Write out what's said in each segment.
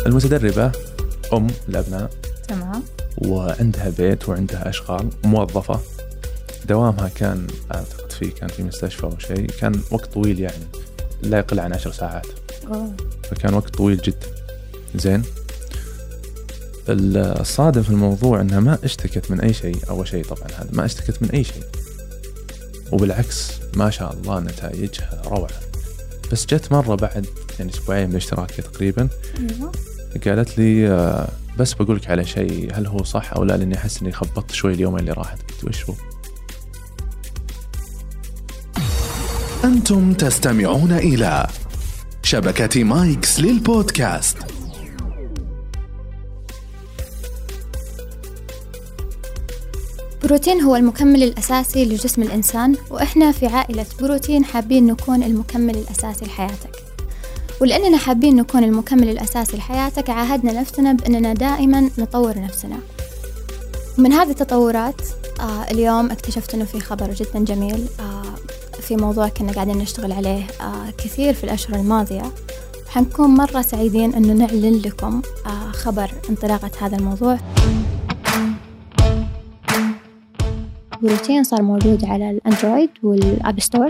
المتدربة أم الأبناء، تمام، وعندها بيت وعندها أشغال، موظفة، دوامها كان أعتقد كان في مستشفى أو شيء، كان وقت طويل يعني لا يقل عن 10 ساعات. فكان وقت طويل جدا. زين، الصادم في الموضوع أنها ما اشتكت من أي شيء. أول شيء طبعا هذا، ما اشتكت من أي شيء، وبالعكس ما شاء الله نتائجها روعة. بس جت مرة بعد يعني أسبوعين من الاشتراك تقريبا، قالت لي بس بقولك على شيء، هل هو صح أو لا؟ لأني أحس أني خبطت شوي اليوم اللي راحت. قلت وش هو؟ أنتم تستمعون إلى شبكة مايكس للبودكاست. بروتين هو المكمل الأساسي لجسم الإنسان، وإحنا في عائلة بروتين حابين نكون المكمل الأساسي لحياتك. ولأننا حابين نكون المكمل الأساسي لحياتك، عاهدنا نفسنا بأننا دائما نطور نفسنا. ومن هذه التطورات اليوم اكتشفت أنه في خبر جدا جميل في موضوع كنا قاعدين نشتغل عليه كثير في الأشهر الماضية. حنكون مرة سعيدين أنه نعلن لكم خبر انطلاقة هذا الموضوع. بروتين صار موجود على الأندرويد والأب ستور.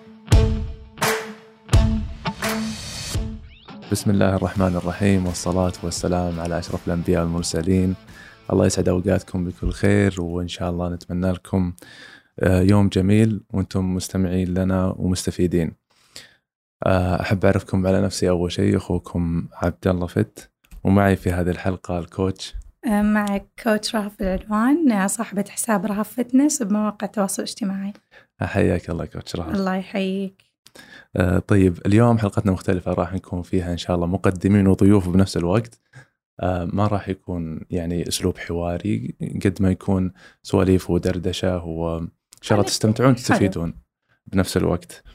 بسم الله الرحمن الرحيم، والصلاة والسلام على أشرف الأنبياء والمرسلين. الله يسعد أوقاتكم بكل خير، وإن شاء الله نتمنى لكم يوم جميل وأنتم مستمعين لنا ومستفيدين. أحب أعرفكم على نفسي. أول شيء أخوكم عبد الله فت، ومعي في هذه الحلقة الكوتش. معك كوتش رهف العدوان، صاحبة حساب رهف فتنس بمواقع التواصل الاجتماعي. حياك الله كوتش رهف. الله يحييك. طيب، اليوم حلقتنا مختلفة، راح نكون فيها إن شاء الله مقدمين وضيوف بنفس الوقت. ما راح يكون يعني أسلوب حواري قد ما يكون سواليف ودردشة، وإن شاء الله تستمتعون تستفيدون بنفس الوقت.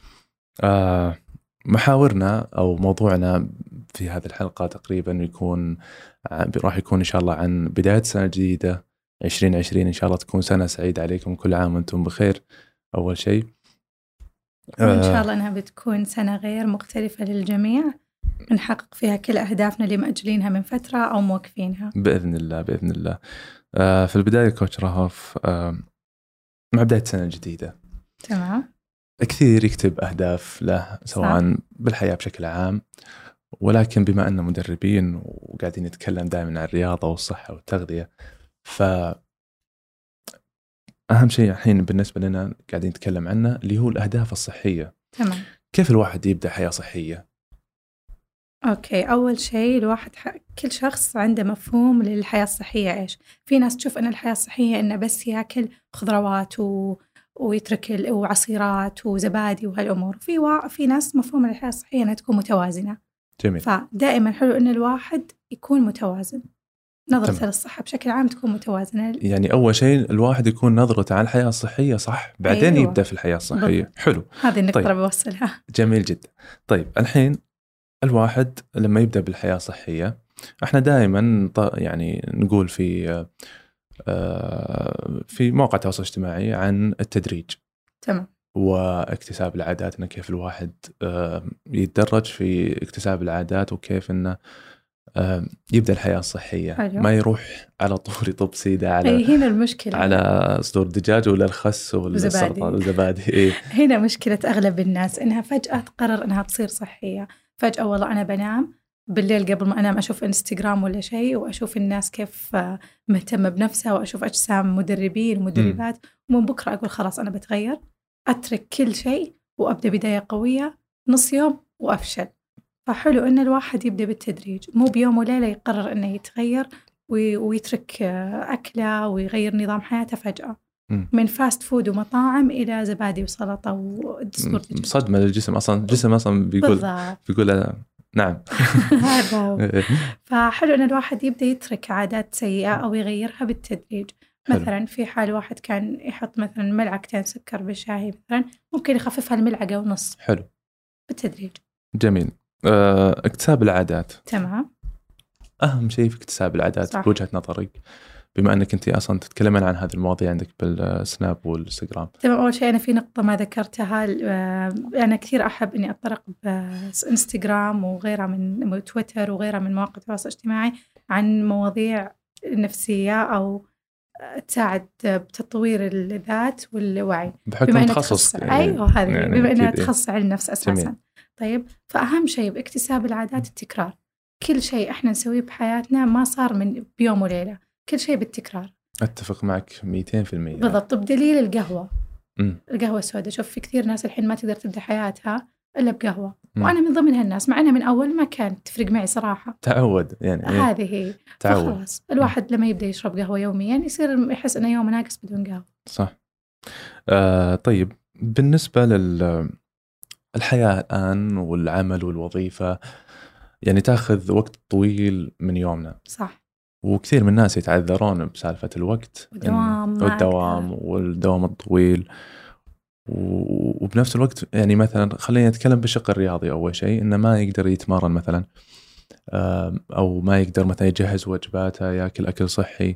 محاورنا أو موضوعنا في هذه الحلقة تقريبا راح يكون إن شاء الله عن بداية سنة جديدة 2020. إن شاء الله تكون سنة سعيدة عليكم، كل عام وأنتم بخير. أول شيء وإن شاء الله أنها بتكون سنة غير مختلفة للجميع، نحقق فيها كل أهدافنا اللي مأجلينها من فترة أو موقفينها بإذن الله بإذن الله. في البداية كوتش رهف، مع بداية سنة جديدة تمام، كثير يكتب أهداف له سواء بالحياة بشكل عام، ولكن بما أننا مدربين وقاعدين نتكلم دائما عن الرياضة والصحة والتغذية، فأهم شيء الحين بالنسبة لنا قاعدين نتكلم عنه اللي هو الأهداف الصحية. تمام. كيف الواحد يبدأ حياة صحية؟ أوكي، أول شيء الواحد كل شخص عنده مفهوم للحياة الصحية إيش. في ناس تشوف أن الحياة الصحية إنه بس يأكل خضروات ويترك وعصيرات وزبادي وهالأمور. في ناس مفهوم الحياة الصحية أنها تكون متوازنة. جميل. فدائما حلو أن الواحد يكون متوازن، نظرته للصحة بشكل عام تكون متوازنة. يعني أول شيء الواحد يكون نظرته على الحياة الصحية صح، بعدين أيوة. يبدأ في الحياة الصحية. بالضبط. حلو، هذه النقطة طيب. بوصلها. جميل جدا. طيب الحين الواحد لما يبدأ بالحياة الصحية، احنا دائما يعني نقول في مواقع التواصل الاجتماعي عن التدريج. تمام. واكتساب العادات، انه كيف الواحد يتدرج في اكتساب العادات، وكيف انه يبدأ الحياة الصحية. حلو. ما يروح على طول يطب سيدة على هنا المشكلة، على صدور دجاج ولا الخس والسلطة والزبادي. هنا مشكلة أغلب الناس إنها فجأة تقرر إنها تصير صحية. فجأة والله أنا بنام بالليل قبل ما أنام أشوف إنستغرام ولا شيء، وأشوف الناس كيف مهتمة بنفسها، وأشوف أجسام مدربين ومدربات، ومن بكرة أقول خلاص أنا بتغير، أترك كل شيء وأبدأ بداية قوية، نص يوم وأفشل. فحلو إن الواحد يبدأ بالتدريج، مو بيوم وليلة يقرر إنه يتغير ويترك أكله ويغير نظام حياته فجأة. من فاست فود ومطاعم إلى زبادي وسلطة ودسكور. صدمة للجسم أصلا. الجسم أصلا بيقول نعم. هذا. فحلو إن الواحد يبدأ يترك عادات سيئة أو يغيرها بالتدريج. مثلا في حال واحد كان يحط مثلا ملعقتين سكر بالشاي، مثلا ممكن يخففها الملعقة ونص. حلو، بالتدريج. جميل. اكتساب العادات. تمام. أهم شيء في اكتساب العادات بوجهة نظرك بما أنك أنت أصلا تتكلمين عن هذه المواضيع عندك بالسناب والإنستغرام. تمام. أول شيء أنا في نقطة ما ذكرتها، أنا كثير أحب إني أتطرق بإنستغرام وغيرها من تويتر وغيرها من مواقع التواصل الاجتماعي عن مواضيع نفسية أو تساعد بتطوير الذات والوعي بحكم تخصص أيوة هذه يعني بما أنها تخصص علم النفس أساسا. جميل. طيب فأهم شيء باكتساب العادات التكرار. كل شيء إحنا نسويه بحياتنا ما صار من بيوم وليلة، كل شيء بالتكرار. أتفق معك 200%. بالضبط. بدليل القهوة. القهوة السوداء، شوف في كثير ناس الحين ما تقدر تبدأ حياتها إلا بقهوة. وأنا من ضمن هالناس، مع أنها من أول ما كانت تفرق معي صراحة. تعود يعني. هذه هي. خلاص الواحد لما يبدأ يشرب قهوة يوميا يصير يحس أنه يوم ناقص بدون قهوة. صح. طيب بالنسبة للحياة الآن والعمل والوظيفة، يعني تأخذ وقت طويل من يومنا. صح. وكثير من الناس يتعذرون بسالفة الوقت والدوام الطويل. وبنفس الوقت يعني مثلا خلينا نتكلم بالشق الرياضي. أول شيء إنه ما يقدر يتمرن مثلا، أو ما يقدر مثلا يجهز وجباته، يأكل أكل صحي.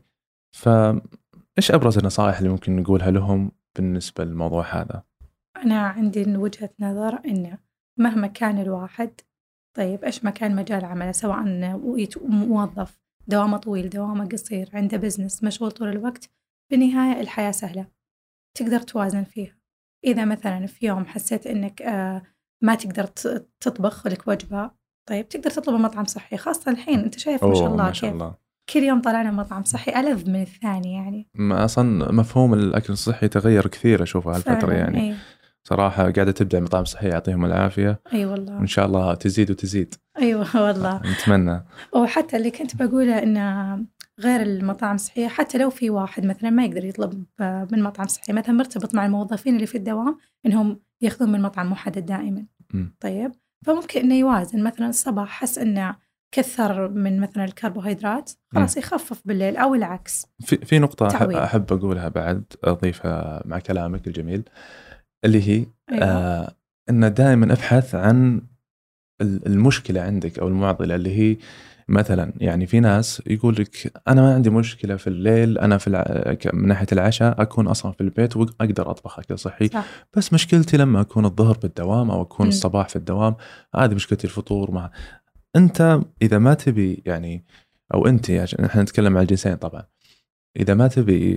فإيش أبرز النصائح اللي ممكن نقولها لهم بالنسبة للموضوع هذا؟ أنا عندي وجهة نظر إنه مهما كان الواحد، طيب إيش ما كان مجال عمله، سواء موظف دوامه طويل دوامه قصير، عنده بزنس مشغول طول الوقت، بالنهاية الحياة سهلة تقدر توازن فيها. إذا مثلا في يوم حسيت إنك ما تقدر تطبخ لك وجبة، طيب تقدر تطلب مطعم صحي. خاصة الحين أنت شايف ما شاء الله كيف كل يوم طلعنا مطعم صحي ألذ من الثاني. يعني أصلا مفهوم الأكل الصحي تغير كثير أشوفه هالفترة يعني. أي. صراحة قاعدة تبدأ مطاعم صحية، يعطيهم العافية. أي والله. وإن شاء الله تزيد وتزيد. أيوة والله. نتمنى. وحتى اللي كنت بقوله إنه غير المطاعم الصحية، حتى لو في واحد مثلا ما يقدر يطلب من مطعم صحي، مثلا مرتبط مع الموظفين اللي في الدوام إنهم يأخذون من مطعم محدد دائما. طيب فممكن إنه يوازن. مثلا الصباح حس إنه كثر من مثلا الكربوهيدرات، خلاص يخفف بالليل، أو العكس. في نقطة أحب أقولها بعد، أضيفها مع كلامك الجميل، اللي هي أيوة. إن دائما أبحث عن المشكلة عندك أو المعضلة. اللي هي مثلا يعني في ناس يقول لك أنا ما عندي مشكلة في الليل، أنا من ناحية العشاء أكون أصلا في البيت وأقدر أطبخ أكل صحي. صح. بس مشكلتي لما أكون الظهر بالدوام أو أكون الصباح في الدوام، هذه مشكلتي الفطور. أنت إذا ما تبي يعني، أو أنت عشان إحنا نتكلم عن الجنسين طبعا، إذا ما تبي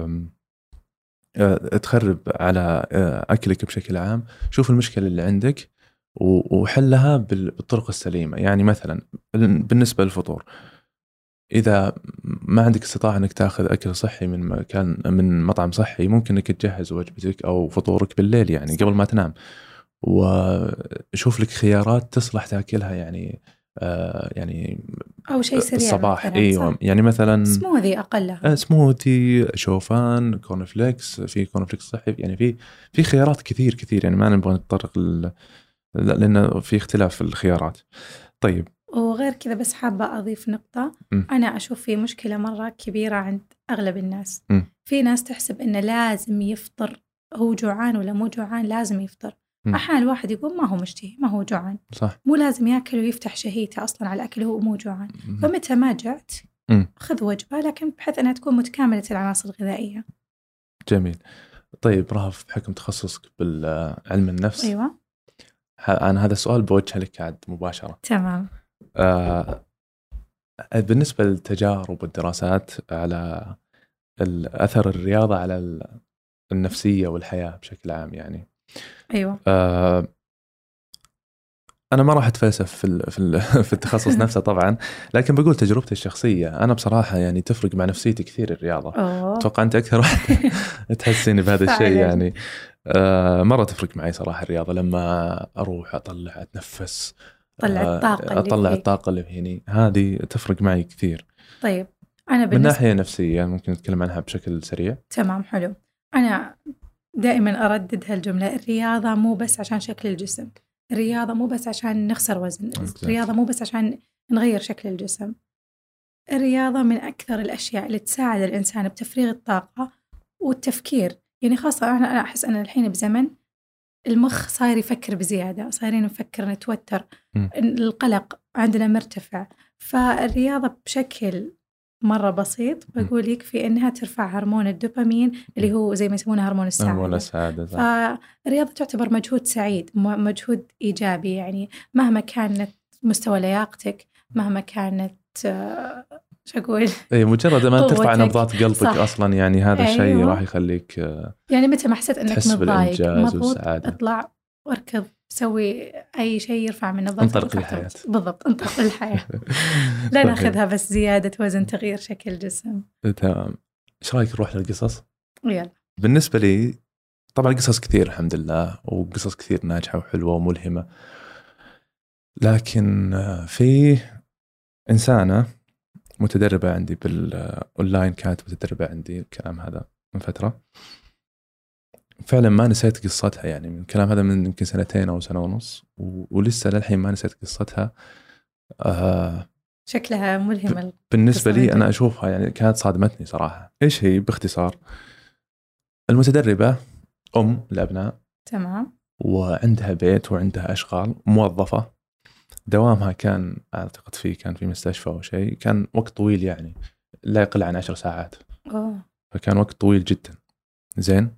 تخرب على أكلك بشكل عام، شوف المشكلة اللي عندك وحلها بالطرق السليمة. يعني مثلا بالنسبة للفطور، إذا ما عندك استطاعة أنك تأخذ أكل صحي من مطعم صحي، ممكن أنك تجهز وجبتك أو فطورك بالليل يعني قبل ما تنام، وشوف لك خيارات تصلح تأكلها يعني أو شيء سريع الصباح. أيوة يعني مثلا سموذي أقلها، سموذي، شوفان، كورنفليكس، في كورنفليكس صحي. يعني في خيارات كثير يعني ما نبغى نتطرق لأن في اختلاف في الخيارات. طيب وغير كذا بس حابة أضيف نقطة. أنا أشوف في مشكلة مرة كبيرة عند أغلب الناس. في ناس تحسب إنه لازم يفطر، هو جوعان ولا مو جوعان لازم يفطر. أحيانا الواحد يقول ما هو مشتهي، ما هو جوعان، صح. مو لازم يأكل ويفتح شهيته أصلا على الأكل هو مو جوعان. فمتى ما جعت خذ وجبة، لكن بحيث أنها تكون متكاملة العناصر الغذائية. جميل. طيب رهف، بحكم تخصصك بالعلم النفس، أيوة، أنا هذا السؤال بوجه لك عاد مباشرة. تمام. بالنسبة للتجارب والدراسات على أثر الرياضة على النفسية والحياة بشكل عام يعني. أيوة. أنا ما راح أتفلسف في التخصص نفسه طبعا، لكن بقول تجربتي الشخصية. أنا بصراحة يعني تفرق مع نفسيتي كثير الرياضة. أتوقع أنت أكثر واحد تحسيني بهذا الشيء يعني. مرة تفرق معي صراحة الرياضة، لما أروح أطلع أتنفس، أطلع الطاقة اللي فيني، هذه تفرق معي كثير. طيب أنا من ناحية نفسية ممكن نتكلم عنها بشكل سريع. تمام، حلو. أنا دائما أردد هالجملة: الرياضة مو بس عشان شكل الجسم، الرياضة مو بس عشان نخسر وزن، الرياضة مو بس عشان نغير شكل الجسم. الرياضة من أكثر الأشياء اللي تساعد الإنسان بتفريغ الطاقة والتفكير. يعني خاصة أنا أحس أن الحين بزمن المخ صاير يفكر بزيادة، صايرين نفكر نتوتر، القلق عندنا مرتفع. فالرياضة بشكل مرة بسيط بقول يكفي إنها ترفع هرمون الدوبامين اللي هو زي ما يسمونه هرمون السعادة. هرمون السعادة. فالرياضة تعتبر مجهود سعيد، مجهود إيجابي، يعني مهما كانت مستوى لياقتك، مهما كانت شو أقول، اي مجرد ما ترفع قوتك. نبضات قلبك صح. اصلا يعني هذا الشيء أيوة. راح يخليك يعني متى ما حسيت انك تحس متضايق بالإنجاز مضغوط والسعادة. اطلع واركض، سوي اي شيء يرفع من نبضات انطلق للحياة. بالضبط، انطلق للحياة. لا ناخذها بس زيادة وزن، تغيير شكل جسم. تمام. ايش رايك نروح للقصص؟ يلا. بالنسبة لي طبعا قصص كثير الحمد لله، وقصص كثير ناجحة وحلوة وملهمة، لكن في إنسانة متدربة عندي بالأونلاين، كانت متدربة عندي الكلام هذا من فترة، فعلا ما نسيت قصتها، يعني من الكلام هذا من يمكن 2 أو 1.5 سنة، ولسه للحين ما نسيت قصتها. شكلها ملهمة بالنسبة لي أنا أشوفها يعني كانت صادمتني صراحة. إيش هي باختصار؟ المتدربة أم لأبناء، تمام، وعندها بيت وعندها أشغال، موظفة، دوامها كان أعتقد كان في مستشفى أو شيء، كان وقت طويل يعني لا يقل عن 10 ساعات. فكان وقت طويل جدا. زين،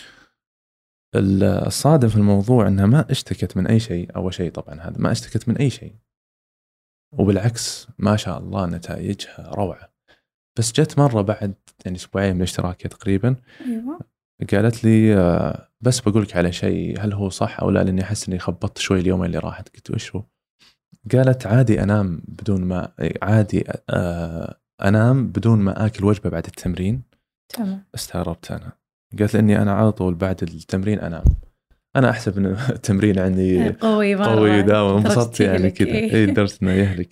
الصادم في الموضوع أنها ما اشتكت من أي شيء. أول شيء طبعا هذا، ما اشتكت من أي شيء، وبالعكس ما شاء الله نتائجها روعة. بس جت مرة بعد يعني 2 أسبوع من الاشتراك تقريبا، أيوة. قالت لي بس بقولك على شيء، هل هو صح أو لا؟ لأني أحس أني خبطت شوي اليومين اللي راحت. قلت وش هو؟ قالت عادي أنام بدون ما أنام بدون ما آكل وجبة بعد التمرين. تمام. استغربت أنا، قالت لأني أنا على طول بعد التمرين أنام. أنا أحسب أن التمرين عندي قوي ده، وانبسطت يعني كذا. إيه درت إنه يهلك.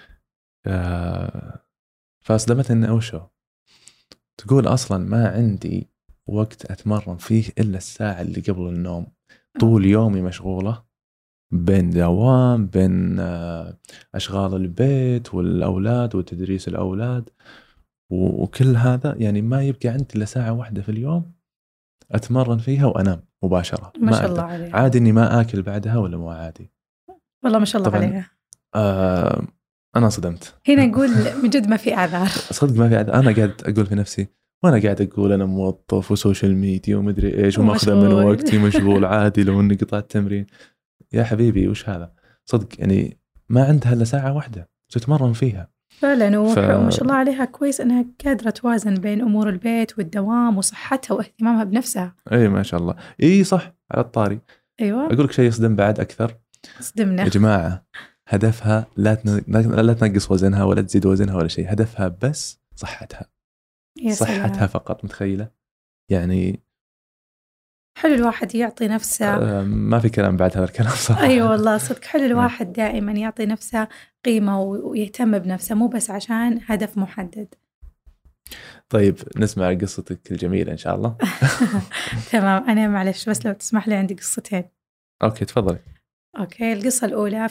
فأصدمتني إنه وشو، تقول أصلا ما عندي وقت أتمرن فيه إلا الساعة اللي قبل النوم. طول يومي مشغولة بين دوام، بين أشغال البيت والأولاد وتدريس الأولاد وكل هذا، يعني ما يبقى عندي إلا ساعة واحدة في اليوم أتمرن فيها وأنام مباشرة. ما شاء الله عليها. عادي إني ما آكل بعدها ولا مو عادي؟ والله ما شاء الله عليها. أنا صدمت هنا نقول من جد ما في أعذار. صدق ما في أعذار. أنا قاعد أقول في نفسي، وأنا قاعد أقول أنا موظف وسوشيال ميديا ومدري إيش وماخذ من وقتي مشغول، عادي لو إني قطعت تمرين. يا حبيبي وش هذا؟ صدق يعني ما عندها إلا ساعة واحدة تتمرن فيها فعلا. وما شاء الله عليها كويس أنها قادرة توازن بين أمور البيت والدوام وصحتها واهتمامها بنفسها. أي ما شاء الله. إيه صح. على الطاري أيوة، أقول لك شيء يصدم بعد أكثر. صدمنا يا جماعة، هدفها لا تنقص وزنها ولا تزيد وزنها ولا شيء، هدفها بس صحتها. صحتها فقط. متخيلة يعني؟ حلو الواحد يعطي نفسه. ما في كلام بعد هذا الكلام صراحة. أيوة والله صدق، حلو الواحد دائما يعطي نفسه قيمة ويهتم بنفسه، مو بس عشان هدف محدد. طيب نسمع قصتك الجميلة إن شاء الله. تمام. أنا معلش بس لو تسمح لي عندي قصتين. أوكي تفضل. أوكي. القصة الأولى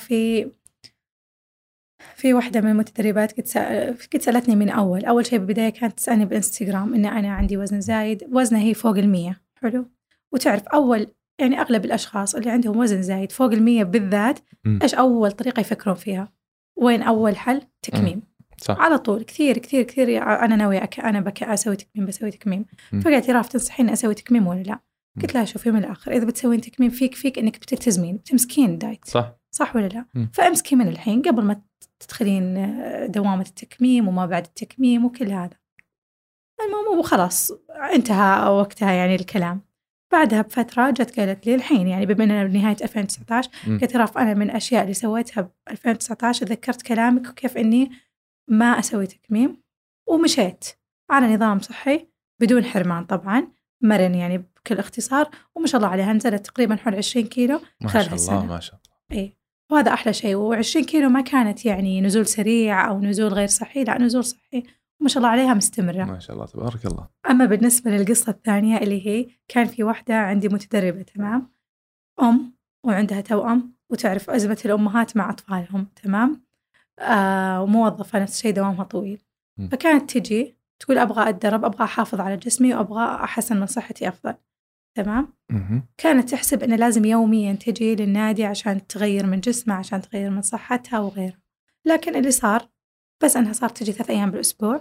في واحدة من المتدربات كنت سألتني من أول شيء بالبداية، كانت تسألني بالإنستغرام إن أنا عندي وزن زايد، وزنها هي فوق 100. حلو. وتعرف يعني أغلب الأشخاص اللي عندهم وزن زايد فوق 100 بالذات، إيش أول طريقة يفكرون فيها؟ وين أول حل؟ تكميم. صح. على طول كثير كثير كثير أنا ناوية أنا بسوي تكميم، بسوي تكميم. فقالت لي راف تنصحيني أسوي تكميم ولا لا؟ قلت لها شوفي من الآخر، إذا بتسوين تكميم فيك إنك بتمسكين دايت. صح ولا لا؟ فأمسكي من الحين قبل ما تدخلين دوامة التكميم وما بعد التكميم وكل هذا. المهم وخلاص انتهى وقتها يعني الكلام. بعدها بفترة جت قالت لي الحين يعني بما أننا بنهاية 2019، قلت راف أنا من الأشياء اللي سويتها ب 2019 ذكرت كلامك وكيف إني ما أسوي تكميم، ومشيت على نظام صحي بدون حرمان طبعا، مرن يعني بكل اختصار، وما شاء الله عليها نزلت تقريبا حول 20 كيلو خلال السنة. ما شاء الله. إيه، وهذا أحلى شيء. و20 كيلو ما كانت يعني نزول سريع أو نزول غير صحي، لا نزول صحي، وما شاء الله عليها مستمرة. ما شاء الله تبارك الله. أما بالنسبة للقصة الثانية اللي هي كان في واحدة عندي متدربة، تمام، وعندها توأم، وتعرف أزمة الأمهات مع أطفالهم، تمام، وموظفة نفس الشيء دوامها طويل. فكانت تجي تقول أبغى أتدرب، أبغى أحافظ على جسمي وأبغى أحسن من صحتي أفضل، تمام. كانت تحسب أنه لازم يوميا تجي للنادي عشان تغير من جسمها، عشان تغير من صحتها وغيره. لكن اللي صار بس أنها صارت تجي 3 أيام بالأسبوع،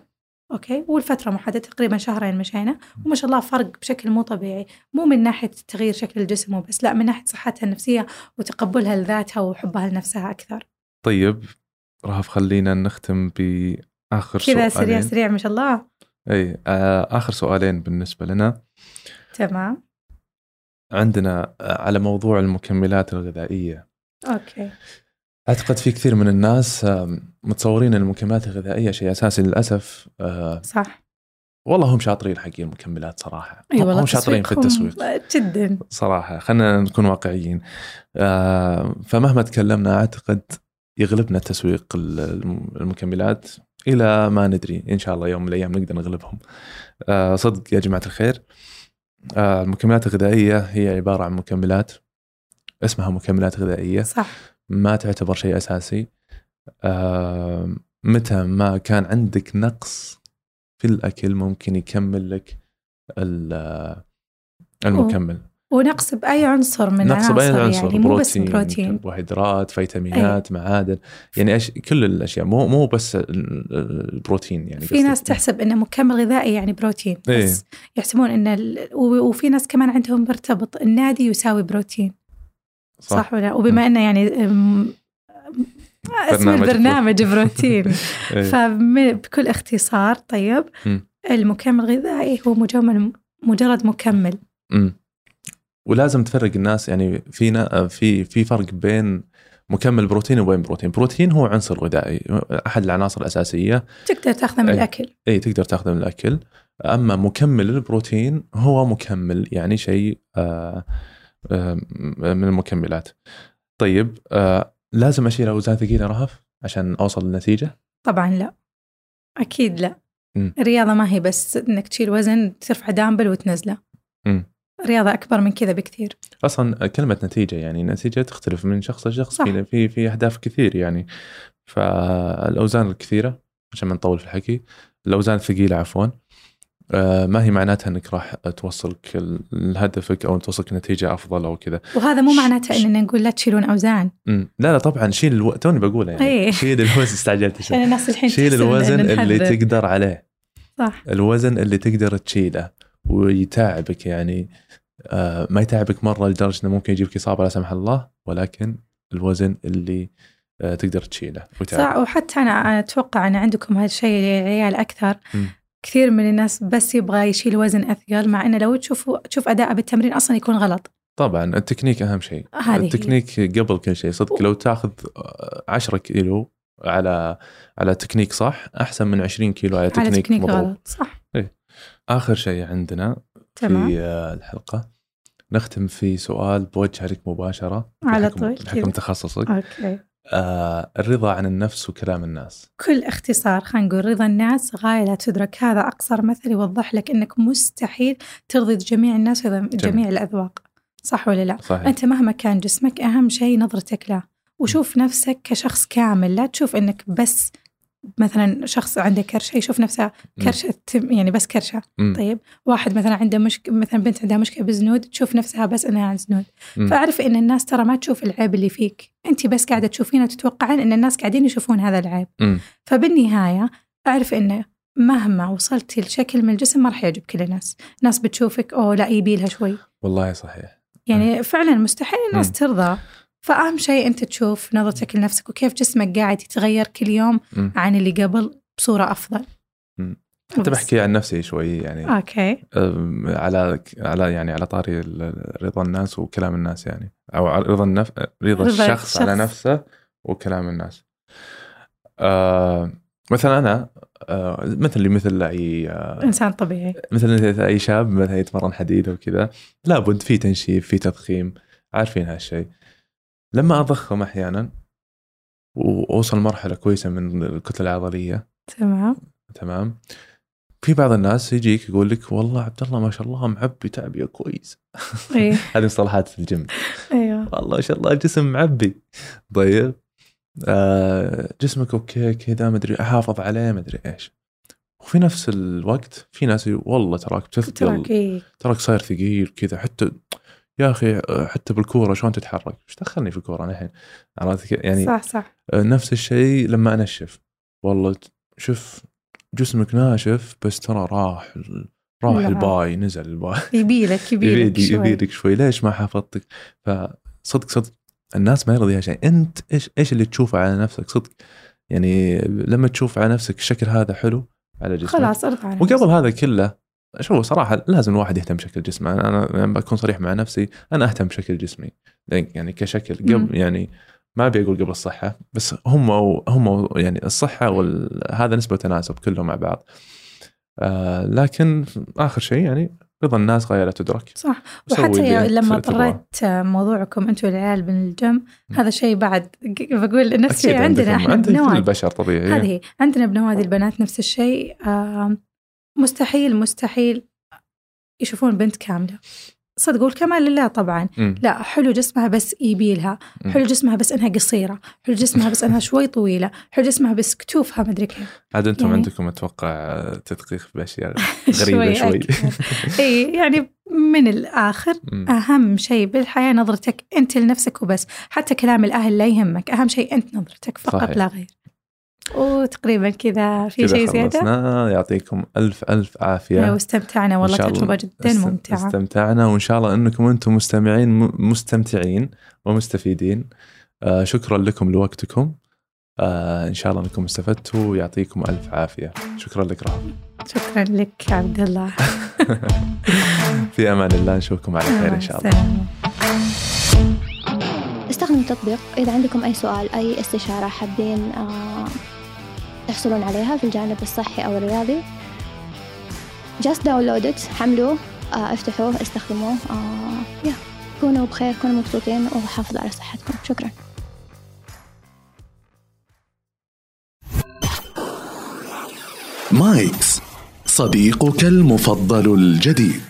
أوكي، والفترة محددة تقريبا شهرين مشينا، وما شاء الله فرق بشكل مو طبيعي، مو من ناحية تغيير شكل الجسم وبس، لا من ناحية صحتها النفسية وتقبلها لذاتها وحبها لنفسها أكثر. طيب رهف، خلينا نختم بآخر كذا سؤالين. سريع ما شاء الله. أي آخر سؤالين بالنسبة لنا. تمام. عندنا على موضوع المكملات الغذائية. أوكي. أعتقد في كثير من الناس متصورين المكملات الغذائية شيء أساسي للأسف. صح. والله هم شاطرين حقين المكملات صراحة. أيوة هم شاطرين في التسويق جدا صراحة. خلينا نكون واقعيين. فمهما تكلمنا أعتقد يغلبنا التسويق المكملات إلى ما ندري. إن شاء الله يوم من الأيام نقدر نغلبهم. صدق يا جماعة الخير، المكملات الغذائية هي عبارة عن مكملات اسمها مكملات غذائية. صح. ما تعتبر شيء أساسي. متى ما كان عندك نقص في الأكل ممكن يكمل لك المكمل. ونقص بأي عنصر من عنصر يعني مو بس بروتين، كربوهيدرات، فيتامينات، معادن، يعني كل الأشياء، مو بس البروتين. يعني في ناس تحسب إنه مكمل غذائي يعني بروتين بس يحسبون إن وفي ناس كمان عندهم مرتبط النادي يساوي بروتين. صح ولا؟ وبما إنه يعني اسم البرنامج بروتين فبكل اختصار طيب المكمل الغذائي هو مجرد مكمل. ولازم تفرق الناس، يعني في فرق بين مكمل بروتين وبين بروتين هو عنصر غذائي، أحد العناصر الأساسية تقدر تاخذه من الأكل. تقدر تاخذه من الأكل. أما مكمل البروتين هو مكمل، يعني شيء من المكملات. طيب لازم أشيل أوزان ثقيلة رهف عشان أوصل للنتيجة؟ طبعا لا، أكيد لا. الرياضة ما هي بس إنك تشيل وزن ترفع دامبل وتنزله. رياضة أكبر من كذا بكثير. أصلا كلمة نتيجة، يعني نتيجة تختلف من شخص لشخص. في أهداف كثير يعني. فالأوزان الكثيرة عشان ما نطول في الحكي، الأوزان الثقيلة عفوا، ما هي معناتها أنك راح توصلك لهدفك أو توصلك نتيجة أفضل أو كذا. وهذا مو معناته أننا نقول لا تشيلون أوزان. لا طبعا شيل توني بقوله يعني. شيل الوزن، استعجلت شيل الوزن اللي تقدر عليه. صح. الوزن اللي تقدر تشيله ويتعبك، يعني ما يتعبك مرة لدرجة أنه ممكن يجيبك إصابة لا سمح الله، ولكن الوزن اللي تقدر تشيله ويتعبك. صح. وحتى أنا أتوقع أن عندكم هالشيء للعيال أكثر. كثير من الناس بس يبغى يشيل وزن أثقل، مع أنه لو تشوف أداءه بالتمرين أصلا يكون غلط. طبعا التكنيك أهم شيء. التكنيك قبل كل شيء. صدق لو تأخذ 10 كيلو على تكنيك صح أحسن من 20 كيلو على تكنيك مضروب. صح. آخر شيء عندنا تمام. في الحلقة نختم في سؤال بوجه لك مباشرة على طول بحكم تخصصك. أوكي. الرضا عن النفس وكلام الناس. كل اختصار خلينا نقول رضا الناس غاية لا تدرك. هذا أقصر مثل يوضح لك أنك مستحيل ترضي جميع الناس وجميع الأذواق. صح ولا لا؟ صحيح. أنت مهما كان جسمك أهم شيء نظرتك له، وشوف نفسك كشخص كامل. لا تشوف أنك بس مثلا شخص عنده كرشة يشوف نفسه كرشة يعني بس كرشة. طيب واحد مثلا عنده مثلا بنت عندها مشكلة بزنود تشوف نفسها بس أنها عن زنود. فأعرف إن الناس ترى ما تشوف العيب اللي فيك، أنت بس قاعدة تشوفين وتتوقعين إن الناس قاعدين يشوفون هذا العيب. فبالنهاية أعرف إنه مهما وصلتي لشكل من الجسم ما راح يعجب كل الناس. ناس بتشوفك لا يبيلها شوي. والله صحيح. يعني فعلا مستحيل الناس ترضى. فأهم شيء أنت تشوف نظرتك لنفسك وكيف جسمك قاعد يتغير كل يوم عن اللي قبل بصورة أفضل. حتى بحكي عن نفسي شوي يعني. أوكي. على طاري رضا الناس وكلام الناس يعني، أو رضا الشخص على نفسه وكلام الناس. مثلا أنا مثل أي إنسان طبيعي، مثل أي شاب مثلا يتمرن حديد وكذا، لابد في تنشيف في تضخيم، عارفين هالشيء. لما أضخم أحيانا وأوصل مرحلة كويسة من الكتلة العضلية تمام، في بعض الناس يجيك يقول لك والله عبد الله ما شاء الله معبي تعبية كويس. هذه مصطلحات في الجيم. أيوة. والله ما شاء الله جسم معبي. طيب جسمك أوكي كذا مدري أحافظ عليه مدري إيش. وفي نفس الوقت في ناس والله تراك بتثقل، تراك صاير ثقيل كذا، حتى يا أخي حتى بالكورة شلون تتحرك، مش دخلني في الكورة أنا الحين يعني. صح. نفس الشيء لما أنشف، والله شوف جسمك ناشف بس ترى راح الباي، نزل الباي، يبيلك شوي، ليش ما حافظتك؟ فصدق الناس ما يرضيها شيء. انت ايش اللي تشوفه على نفسك صدق؟ يعني لما تشوف على نفسك الشكل هذا حلو على جسمك خلاص ارضى عنه. وقبل هذا كله شو صراحة لازم الواحد يهتم بشكل جسمه. أنا بكون صريح مع نفسي، أنا أهتم بشكل جسمي يعني كشكل قبل يعني ما بيقول قبل الصحة، بس هم يعني الصحة هذا نسبة تناسب كله مع بعض. لكن آخر شيء يعني رضا الناس غاية لا تدرك. صح. وحتى لما اضطريت موضوعكم أنتوا العيال بالجيم، هذا شيء بعد بقول نفس الشيء عندنا إحنا بنوادي البشر طبيعي. هذه عندنا بنوادي البنات نفس الشيء. مستحيل يشوفون بنت كاملة. صدقوا الكمال لله طبعا. لا، حلو جسمها بس يبيلها، حلو جسمها بس انها قصيرة، حلو جسمها بس انها شوي طويلة، حلو جسمها بس كتوفها ما ادري كيف. عاد انتم يعني عندكم اتوقع تدقيق باشياء غريبة شوي. اي يعني من الاخر اهم شيء بالحياة نظرتك انت لنفسك وبس. حتى كلام الاهل لا يهمك، اهم شيء انت نظرتك فقط. صحيح. لا غير. وتقريبا كذا في شيء زيادة. يعطيكم ألف عافية. واستمتعنا والله، تجربة جدا ممتعة. استمتعنا، وإن شاء الله أنكم أنتم مستمتعين ومستفيدين. شكرا لكم لوقتكم. إن شاء الله أنكم استفدتوا، ويعطيكم ألف عافية. شكرا لك رهف. شكرا لك عبد الله. في أمان الله، نشوفكم على خير إن شاء الله. استخدموا التطبيق إذا عندكم أي سؤال، أي استشارة حابين تحصلون عليها في الجانب الصحي أو الرياضي. just download it، حملوه، افتحوه، استخدموه. كونوا بخير، كونوا مبسوطين، وحافظوا على صحتكم. شكرا. مايكس، صديقك المفضل الجديد.